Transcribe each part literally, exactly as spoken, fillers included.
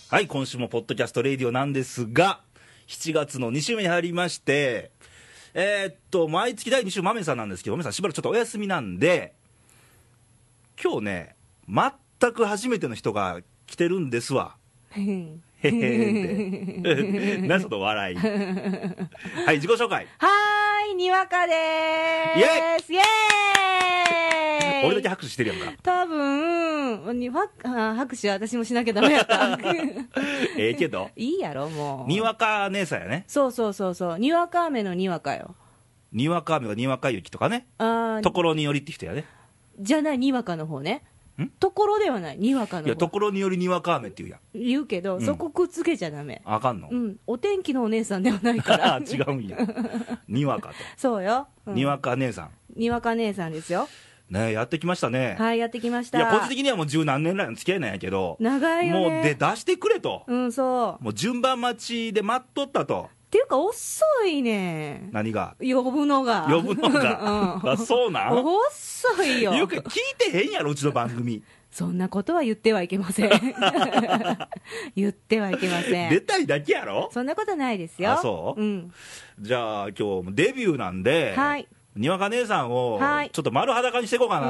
はい、今週もポッドキャストレイディオなんですが、しちがつのに週目に入りまして、えー、っと毎月だいに週豆さんなんですけど、豆さんしばらくちょっとお休みなんで、今日ね全く初めての人が来てるんですわ。へへへで何その笑い。はい、自己紹介。 はーい、にわかでーす。イエーイ俺だけ拍手してるやんか。 多分にわあ拍手は私もしなきゃダメやったええけどいいやろもう。 にわか姉さんやね。 そうそうそうそう、にわか雨のにわかよ。 にわか雨がにわか雪とかね、 あところによりって人やね。 じゃない、にわかの方ね。ところではない、にわかの方。 いや、ところによりにわか雨って言うやん。 言うけど、 うん、 そこくっつけちゃダメ。 あかんの。 うん、お天気のお姉さんではないから違うんや。にわかと。 そうよ、うん、 にわか姉さん。 にわか姉さんですよ。 ね、やってきましたね。 はい、やってきました。 いや、個人的にはもう十何年来の付き合いなんやけど、 長いよね。 もうで出してくれと。 うん、そう。 もう順番待ちで待っとったと。 っていうか遅いね。 何が呼ぶのが。 呼ぶのが。うん、あ、そうなん。 遅いよ。 よく聞いてへんやろ、うちの番組。 そんなことは言ってはいけません。言ってはいけません。 出たいだけやろ。 そんなことないですよ。 あ、そう、 うん、 じゃあ今日デビューなんで、 はい、 にわか姉さんをはいちょっと丸裸にしていこうかな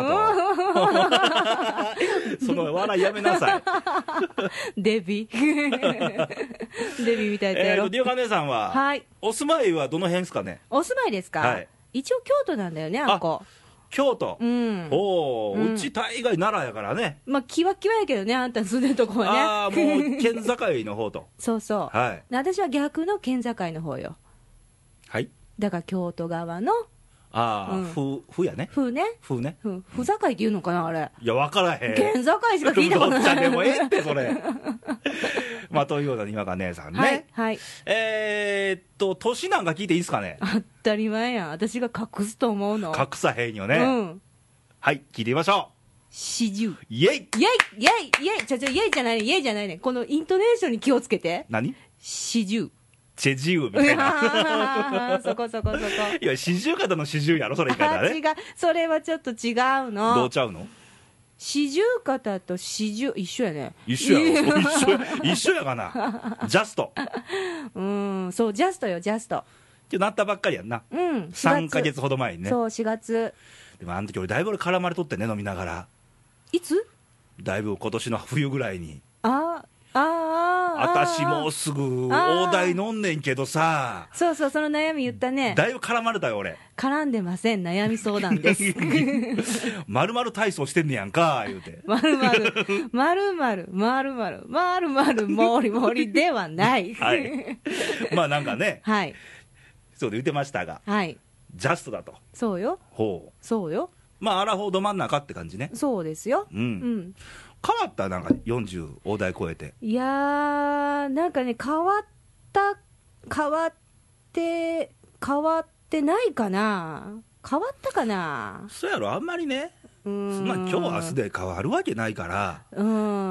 と。その笑いやめなさい。デビデビみたいなやろ。 えー、にわか姉さんは、 はい、 お住まいはどの辺ですかね。 お住まいですか、はい、一応京都なんだよね、あんこ。 京都、 うん、 お、 うん、 うち大概奈良やからね。 まあキワキワやけどね、あんた住んでるとこはね。 ああ、もう県境の方と。 そうそう、 はい、 私は逆の県境の方よ。 はい、 だから京都側の、 ああ、 うん、 ふ、ふやね。 ふね。 ふね。 ふ、ふ境っていうのかな、あれ。 いや、分からへん。 県境しか聞いたことない。 どっちゃでもええって、それ。まあ、というようなにわか姉さんね。 はい。はい、 えー、っと、年なんか聞いていいですかね。 当たり前やん。私が隠すと思うの。 隠さへんよね。 うん。 はい、聞いてみましょう。 四十。 イェイイェイイェイイェイちょちょ、イェイじゃないね、イェイじゃないね。このイントネーションに気をつけて。 何四十。 チェジウみたいな。 そこそこそこ。 いや、四十肩の四十やろ、それ言い方ね。 違う。それはちょっと違うの。 どうちゃうの。 四十肩と四十、一緒やね。 一緒やろ。一緒、一緒やかな。ジャスト。 うん、そう、ジャストよ、ジャスト。 今日なったばっかりやんな。 うん。 さんかげつほど前にね。 そう、しがつ。 でもあの時俺だいぶ俺絡まれとってね、飲みながら。 いつだいぶ今年の冬ぐらいに。 ああ、ああ。 私もうすぐ大台飲んねんけどさ。 そうそう、その悩み言ったね。 だいぶ絡まれたよ俺。 絡んでません、悩み相談です。 まるまる体操してんねやんか言うて。 まるまるまるまるまるまるまるまるもりもりではない。 はい。まあなんかね。 はい。 そうで言ってましたが。 はい。 ジャストだと。 そうよ。 ほう。 そうよ。 まあアラフォーど真ん中って感じね。 そうですよ。 うん。 うん。 変わったなんかよんじゅう大台超えて。 いやー、なんかね、変わった変わって変わってないかな。変わったかな。 そうやろ、あんまりね。 うん。 そんな今日明日で変わるわけないから。 うん。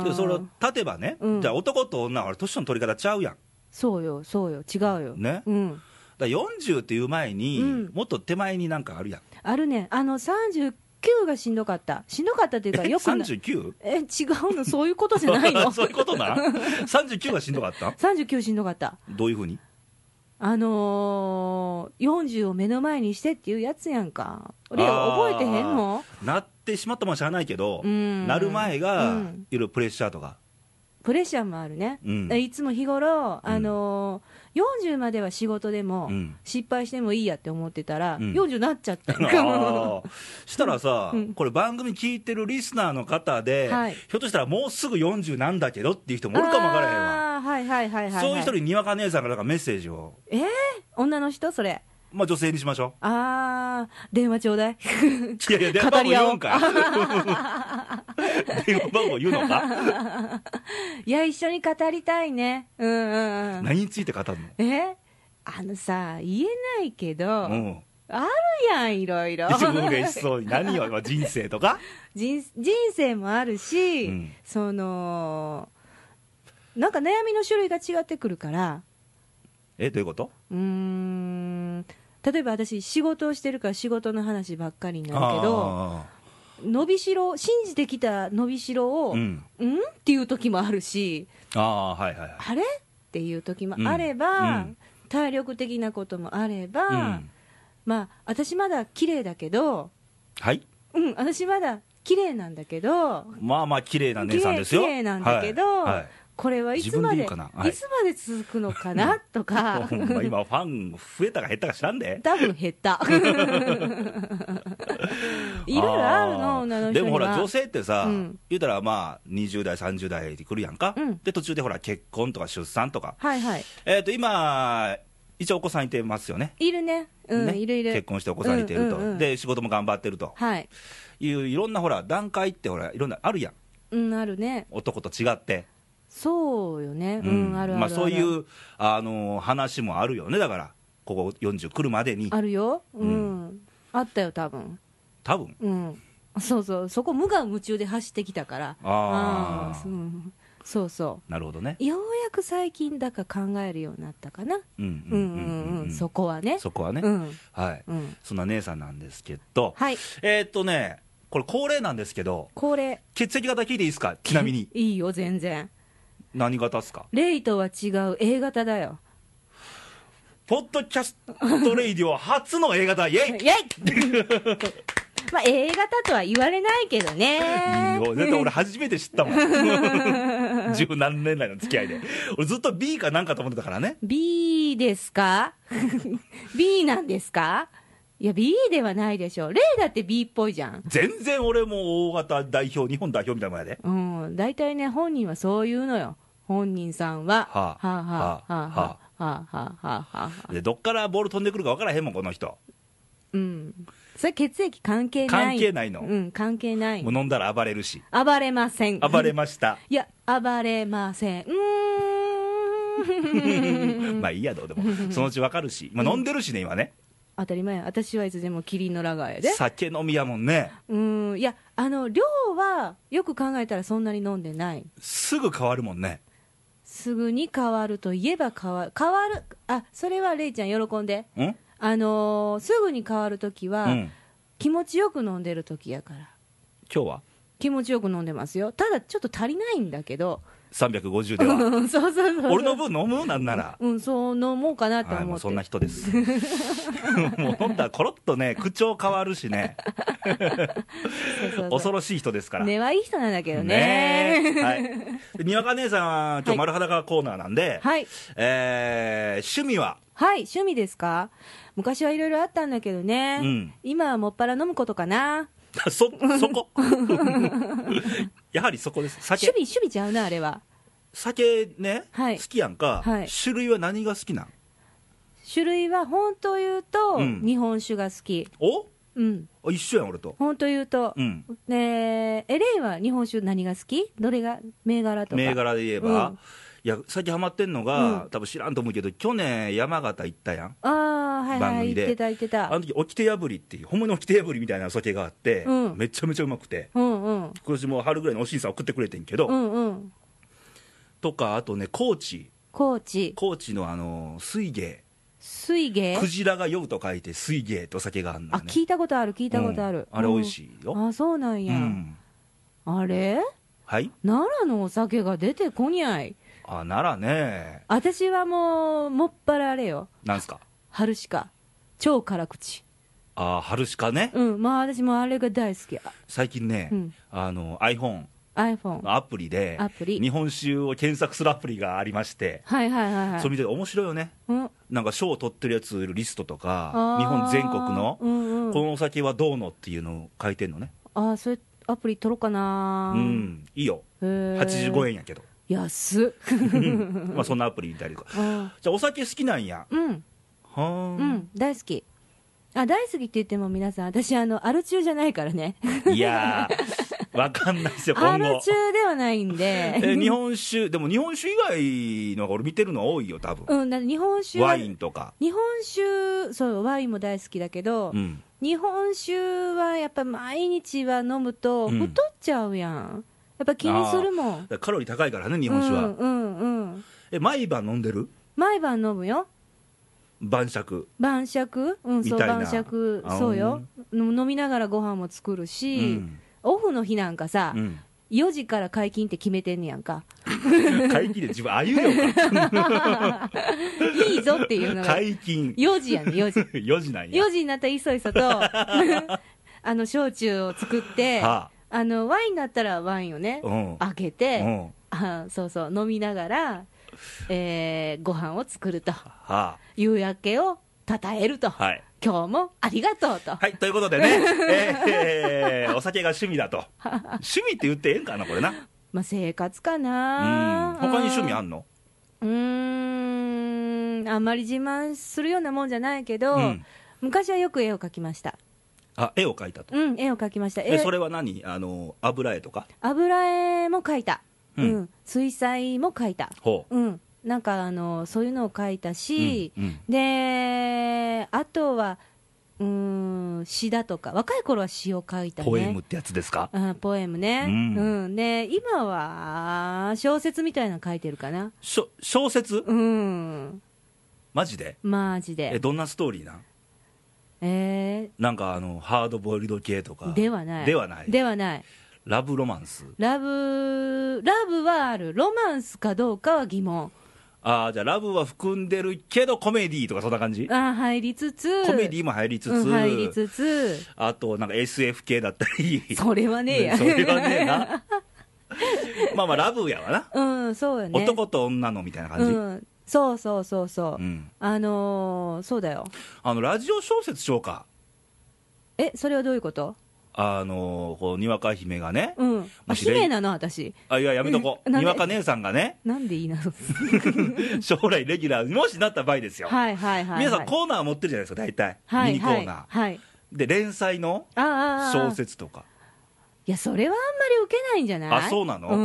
けどその例えばね、うん、じゃあ男と女は年の取り方ちゃうやん。 そうよそうよ、違うよね。 うん。 だよんじゅうっていう前に、うん、もっと手前になんかあるやん。 あるね。あのさんじゅうきゅうがしんどかった。しんどかったっていうか、よくなさんじゅうきゅう？ え、違うの、そういうことじゃないの。 そういうことな。さんじゅうきゅうがしんどかった。 さんじゅうきゅうしんどかった。 どういうふうに。 あのー、よんじゅうを目の前にしてっていうやつやんか。俺覚えてへんの。 なってしまったもんしゃあないけど、 うん、 なる前が、うん、いろいろプレッシャーとか。 プレッシャーもあるね、うん、いつも日頃、あのー、よんじゅうまでは仕事でも、うん、失敗してもいいやって思ってたら、うん、よんじゅうになっちゃったしたらさ、うん、これ番組聞いてるリスナーの方で、はい、ひょっとしたらもうすぐよんじゅうなんだけどっていう人もおるかもわからへんわ。 はいはいはいはい、はい、 そういう人ににわか姉さんからなんかメッセージを。 えー、女の人それ。 まあ女性にしましょう。 あー、電話ちょうだい。 いやいや、電話番号言うんかい。電話番号言うのか。 いや、一緒に語りたいね。うんうんうん。 何について語るの。 えあのさ、言えないけど、うん、あるやん、いろいろ。 嬉しそうに。何よ、人生とか人人生もあるし、うん、そのなんか悩みの種類が違ってくるから。 え、どういうこと。 うーん、例えば私仕事をしてるから仕事の話ばっかりになるけど、 伸びしろ、信じてきた伸びしろを、うん、うんっていう時もあるし、 あ、はいはいはい、 あれっていう時もあれば、うん、体力的なこともあれば、うん、まあ、私まだ綺麗だけど、 はい、 うん、私まだ綺麗なんだけど、 まあまあ綺麗な姉さんですよ。 綺麗なんだけど、はいはい、これはいつまで、はい、いつまで続くのかなとか今ファン増えたか減ったか知らんで、 多分減ったいろいろあるの、女の人には。 でもほら女性ってさ、うん、言うたらまあにじゅう代さんじゅう代で来るやんか、うん、で途中でほら結婚とか出産とか、はいはい、えー、と今一応お子さんいてますよね。 いるね、うん、ね、いるいる。 結婚してお子さんいてると、うんうんうん、で仕事も頑張ってると、はい、いういろんなほら段階ってほらいろんなあるやん、 うん、あるね、 男と違って。 そうよね、うん、うん、あるあるある、 まあ、そういうあの話もあるよね。だからここよんじゅう来るまでにあるよ、うん、うん、あったよ多分多分、 うん、そうそう、そこ無我夢中で走ってきたから、ああ、うん、そうそう、 なるほどね。 ようやく最近だから考えるようになったかな、そこはね、 そこはね、 うん、 はい、うん、そんな姉さんなんですけど、 はい、 えー、っとねこれ恒例なんですけど、 恒例、 血液型聞いていいですか。ちなみにいいよ全然。 何型っすか。 レイとは違う A 型だよ。 ポッドキャストレイディオ初の A 型、イェイイェイまあ A 型とは言われないけどね。 いいよ、だって俺初めて知ったもん十何年来の付き合いで。俺ずっと B かなんかと思ってたからね。 B ですかB なんですか。いや B ではないでしょ。レイだって B っぽいじゃん。 全然俺も大型代表、日本代表みたいなもんやで。 うん、大体ね本人はそう言うのよ。本人さんははあはあはあはあはあはあはあはあでどっからボール飛んでくるか分からへんもんこの人。 うん、それ血液関係ない。 関係ないの。 うん、関係ない。 もう飲んだら暴れるし。 暴れません。 暴れました。 いや暴れません。うーんまあいいやどうでもそのうち分かるし、まあ、飲んでるしね今ね。 当たり前や。私はいつでもキリンのラガーやで。 酒飲みやもんね。 うん、いやあの量はよく考えたらそんなに飲んでない。 すぐ変わるもんね。 すぐに変わるといえば変わる。変わる。あ、それはレイちゃん喜んで。んあのー、すぐに変わるときは、うん、気持ちよく飲んでるときやから。 今日は気持ちよく飲んでますよ。ただちょっと足りないんだけどさんびゃくごじゅうではそうそうそうそう、 俺の分飲むなんなら、 うん、そう飲もうかなと思って、はい、 もうそんな人ですもう飲んだらコロッとね口調変わるしねそうそうそう、恐ろしい人ですから。 根はいい人なんだけどねね、はい、にわか姉さんは今日丸裸コーナーなんで、はい、えー、趣味は。 はい、趣味ですか。昔はいろいろあったんだけどね、うん、今はもっぱら飲むことかなそ, そこやはりそこです。酒。 趣味、趣味ちゃうなあれは。 酒ね、はい、好きやんか、はい、種類は何が好きなん。 種類は本当言うと、うん、日本酒が好き。 お、 うん、 一緒やん俺と。 本当言うと、うん、ねえ、エレイは日本酒何が好き。どれが銘柄とか。 銘柄で言えば、うん、いや最近ハマってんのが、うん、多分知らんと思うけど去年山形行ったやん。 ああ、はいはい、番組で言ってた言ってた。 あの時掟破りっていう本物の掟破りみたいなお酒があって、うん、めちゃめちゃうまくて、うんうん、今年も春ぐらいにおしんさん送ってくれてんけど、うんうん、とかあとね高知高知高知のあの水芸水芸クジラが酔うと書いて水芸ってお酒があるのよね。 あ、聞いたことある聞いたことある、 うん、あれ美味しいよ、 うん、あ、そうなんや、うん、あれ、 はい、 奈良のお酒が出てこにゃい。 あ、奈良ね。 私はもうもっぱらあれよ。 なんすか。 春鹿超辛口。 あ、春鹿ね。 うん、まあ私もあれが大好きや。 最近ね、うん、あの iPhone iPhone アプリでアプリ日本酒を検索するアプリがありまして、 はいはいはいはい、 それ見てて面白いよね、うん、なんか賞を取ってるやつリストとか日本全国の、うんうん、このお酒はどうのっていうのを書いてんのね。 ああ、それアプリ取ろうかな。 うん、いいよ。はちじゅうごえんやけど安っまあそんなアプリ見たりとか。じゃあお酒好きなんや。 うん、はうん、大好き。あ、大好きって言っても皆さん私あのアル中じゃないからねいやーわかんないですよ今後。 アル中ではないんでえ日本酒でも日本酒以外のが俺見てるの多いよ多分。 うん、だ日本酒ワインとか日本酒、そうワインも大好きだけど、うん、日本酒はやっぱ毎日は飲むと太っちゃうやん、うん、やっぱ気にするもん。 カロリー高いからね日本酒は。うんうんうん。え毎晩飲んでる。 毎晩飲むよ。 晩酌晩酌、うん、そう晩酌、そうよ。飲みながらご飯も作るし、うん、 オフの日なんかさ、 うん、 よじから解禁って決めてんねやんか。 解禁で自分あゆよかいいぞっていうのが解禁よじやねん、よじよじなんや。 よじになったらいそいそとあの焼酎を作って、はあ、あのワインだったらワインをね、うん、開けて、うん、あそうそう飲みながら、えー、ご飯を作ると、はあ、夕焼けをたたえると、はい、今日もありがとうと。 はい、ということでね、えー、お酒が趣味だと趣味って言ってええんかなこれな。 まあ生活かな。 うん、他に趣味あんの？ うーん、あんまり自慢するようなもんじゃないけど、うん、昔はよく絵を描きました。 あ、絵を描いたと。 うん、絵を描きました。 え、それは何？あの油絵とか？ 油絵も描いた、うんうん、水彩も描いた。ほう、うん、なんかあのそういうのを描いたし、うんうん、であとはうーん詩だとか、若い頃は詩を書いたね。 ポエムってやつですか？ あ、ポエムね、うんうん、で今は小説みたいなの書いてるかな。 しょ小説？ うん、 マジで？ マジで。 え、どんなストーリーなん？ えー、 なんかあのハードボイルド系とかではないではないではない。 ラブロマンス？ ラブラブはある。ロマンスかどうかは疑問。 ああ、じゃあラブは含んでるけどコメディーとかそんな感じ？ あ、入りつつ、 コメディーも入りつつ、 うん、入りつつ、 あとなんか エスエフ 系だったり。 それはねえや、 それはねえなまあまあラブやわな。 うん、そうよね。 男と女のみたいな感じ、うん、 そうそうそうそう、 うん、 あのー、そうだよ。あのラジオ小説しようか。 え、それはどういうこと？ あのー、こうにわか姫がね、 うん、あ、姫なの私。 あ、いややめとこうにわか姉さんがね、 なんでいいな将来レギュラーにもしなった場合ですよ。 はいはいはい、はい、 皆さんコーナー持ってるじゃないですか大体、はい、ミニコーナー、はいはい、で連載の小説とか。 いやそれはあんまり受けないんじゃない？ あ、そうなの、うん、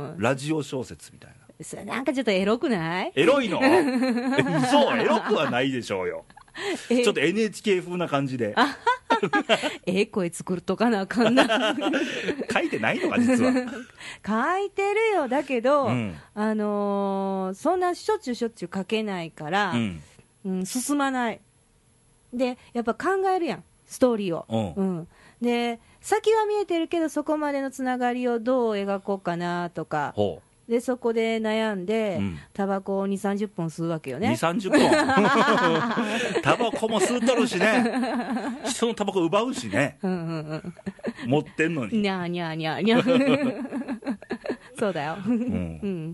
ラジオ小説みたいな。 それなんかちょっとエロくない？ エロいの？そう、エロくはないでしょうよ。ちょっと エヌエイチケー 風な感じでええ声作るとかなあかんな書いてないのか実は書いてるよ。だけど、うん、あのー、そんなしょっちゅうしょっちゅう書けないから、うんうん、進まないで、やっぱ考えるやんストーリーを、うん、うん、で先は見えてるけどそこまでのつながりをどう描こうかなとか、ほうでそこで悩んで、うん、タバコをにじゅう、さんじゅっぽん吸うわけよね。にじゅう、さんじゅっぽんタバコも吸うとるしね人のタバコ奪うしねうんうん、うん、持ってんのににゃーにゃーにゃーにゃーそうだよ、うんうん、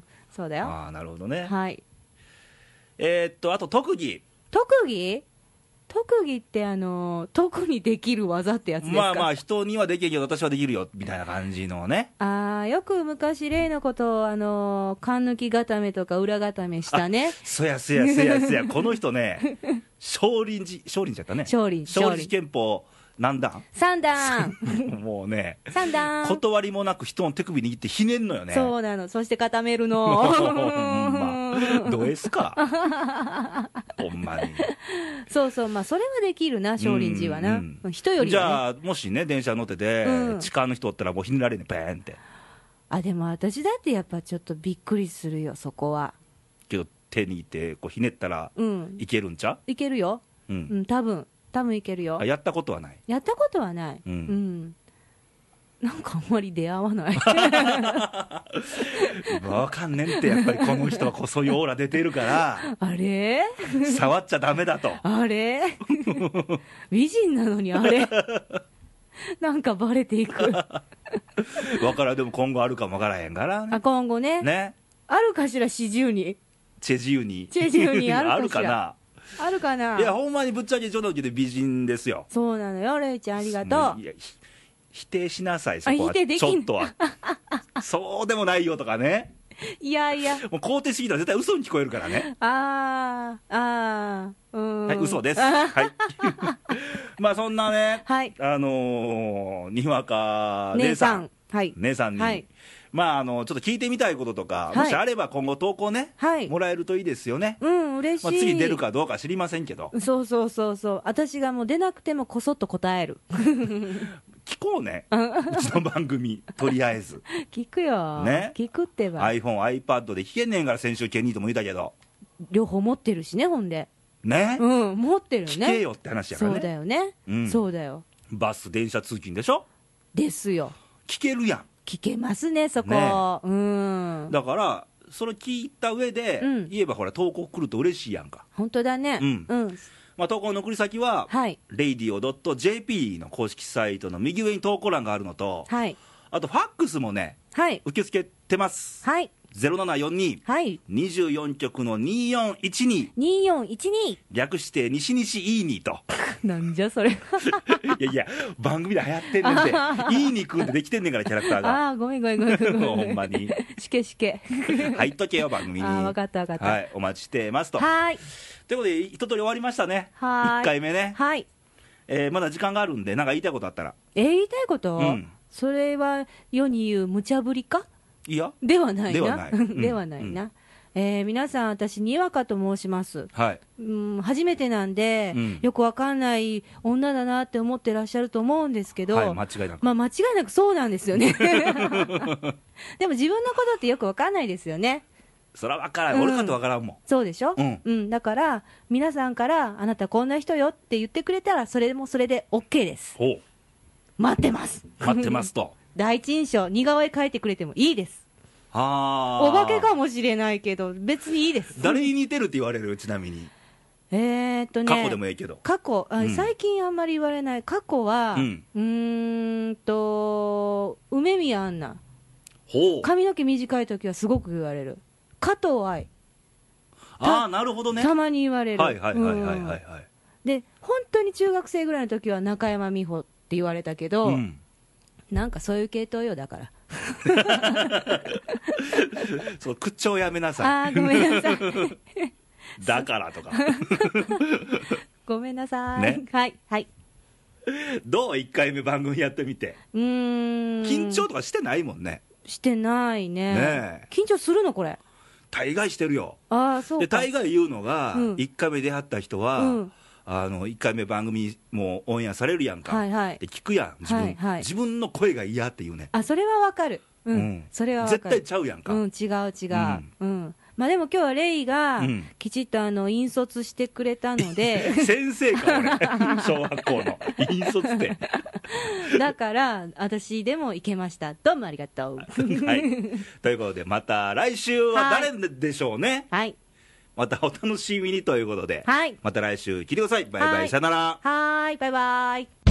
そうだよ。 ああ、なるほどね。 はい。 えー、っとあと特技特技特技ってあの特にできる技ってやつですか？ まあまあ人にはできるけど私はできるよみたいな感じのね。 ああ、よく昔例のことをあの勘抜き固めとか裏固めしたね。 そやそやそやそやこの人ね少林寺少林寺やったね。 少林少林寺拳法何段？ さん段もうねさん段断りもなく人の手首握ってひねんのよね。 そうなの。そして固めるのほんまどえすかほんまに。 そうそう、まあそれはできるな少林寺はな、うんうん、人よりは、ね、 じゃあもしね電車乗ってて、うん、痴漢の人おったらもうひねられんねんペーンって。 あ、でも私だってやっぱちょっとびっくりするよそこは。 けど手にいてこうひねったらいけるんちゃう？ いけるよ、うん、うん、多分多分いけるよ。 やったことはない？ やったことはない、うん、うん、なんかあんまり出会わないわかんねんって。やっぱりこの人はこうそういうオーラ出てるからあれ触っちゃダメだと。 あれ美人なのにあれなんかバレていくわからん。でも今後あるかもわからへんからね。 あ、今後ね。 ね、 あるかしら四十にチェジュにチェジュにあるかしらあるかな。 あるかな。 いやほんまにぶっちゃけちょっとで美人ですよ。 そうなのよレイちゃん、ありがとう。いや否定しなさいそこは。ちょっとはそうでもないよとかね。 いやいやもう肯定しすぎたら絶対嘘に聞こえるからね。 あーあー、うん、 はい、嘘ですはいまあそんなね、 はい、 あのー、にわか姉さん、 はい、 姉さんに、はい、まああのちょっと聞いてみたいこととか、はい、もしあれば今後投稿ね、はい、もらえるといいですよね。 うん、嬉しい、 まあ、次出るかどうか知りませんけど。 そうそうそうそう、私がもう出なくてもこそっと答える聞こうねうちの番組とりあえず聞くよ、ね、聞くってば iPhone、iPad で聞けんねんから。先週ケニーとも言ったけど両方持ってるしね。ほんでね、 うん、持ってるね。 聞けよって話やからね。 そうだよね、うん、そうだよ。 バス電車通勤でしょ。 ですよ。 聞けるやん。 聞けますね、そこ。 ねうん。 だからそれ聞いた上で、うん、言えばほら投稿来ると嬉しいやんか。 本当だね。うん、うん。 まあ、投稿の送り先は、はい、レイディオ ドットジェーピー の公式サイトの右上に投稿欄があるのと、はい、あとファックスもね、はい、受け付けてます。はい、ゼロななよんに、はい、にじゅうよん局のにーよんいちに、 にーよんいちに、 略して西西いいにと。 なんじゃそれ。いやいや、番組で流行ってんねんて、いいにくんってできてんねんから、キャラクターが。 ああ、ごめんごめんごめんごめん。 ほんまに。 しけしけ。 入っとけよ、番組に。 ああ、分かった分かった。 はい、お待ちしてますと。 はい。 ということで、一通り終わりましたね。はい。いっかいめね。はい。えー、まだ時間があるんで、なんか言いたいことあったら。 えー、言いたいこと、うん、それは世に言う無茶ぶりかいやではないな。 ではない。うん、 ではないな。うん、えー、皆さん、私、にわかと申します、はい、うん、初めてなんで、うん、よくわかんない女だなって思ってらっしゃると思うんですけど、はい、 間違いなく、 まあ、間違いなくそうなんですよね。でも自分のことってよくわかんないですよね。 そらわからん、うん、俺かってわからんもん。 そうでしょ、うんうん、だから皆さんからあなたこんな人よって言ってくれたらそれもそれで OK です。 ほう、 待ってます待ってますと。 第一印象似顔絵描いてくれてもいいです。 あお化けかもしれないけど別にいいです。 誰に似てるって言われる？ちなみにえーっとね、 過去でもいいけど、 過去、うん、最近あんまり言われない。過去は、うん、うーんと梅宮アンナ、ほう、髪の毛短い時はすごく言われる。加藤愛、 ああなるほどね、 たまに言われる。 はいはいはいはいはい、はい、 で本当に中学生ぐらいの時は中山美穂って言われたけど、うん、なんかそういう系統よ。だからそう、口調やめなさい。 あーごめんなさいだからとかごめんなさい、ね、はいはい。 どういっかいめ番組やってみて。うーん、緊張とかしてないもんね。 してないね。ね、緊張するのこれ。 大概してるよ。 ああそうか。 で大概言うのが、うん、いっかいめ出会った人は、うん、あのいっかいめ番組もオンエアされるやんか、はいはい、で聞くやん自分、はいはい、自分の声が嫌っていうね。 あそれはわかる、うんうん、それはわかる。 絶対ちゃうやんか、 うん、違う違う、うんうん、まあ、でも今日はレイがきちっとあの引率してくれたので、 うん、先生か俺小学校の引率ってだから私でもいけました。どうもありがとう、はい、 ということでまた来週は誰でしょうね。はい、はい、またお楽しみにということで、はい、また来週聞いてください。バイバイ、さよなら。 はい、バイバイ。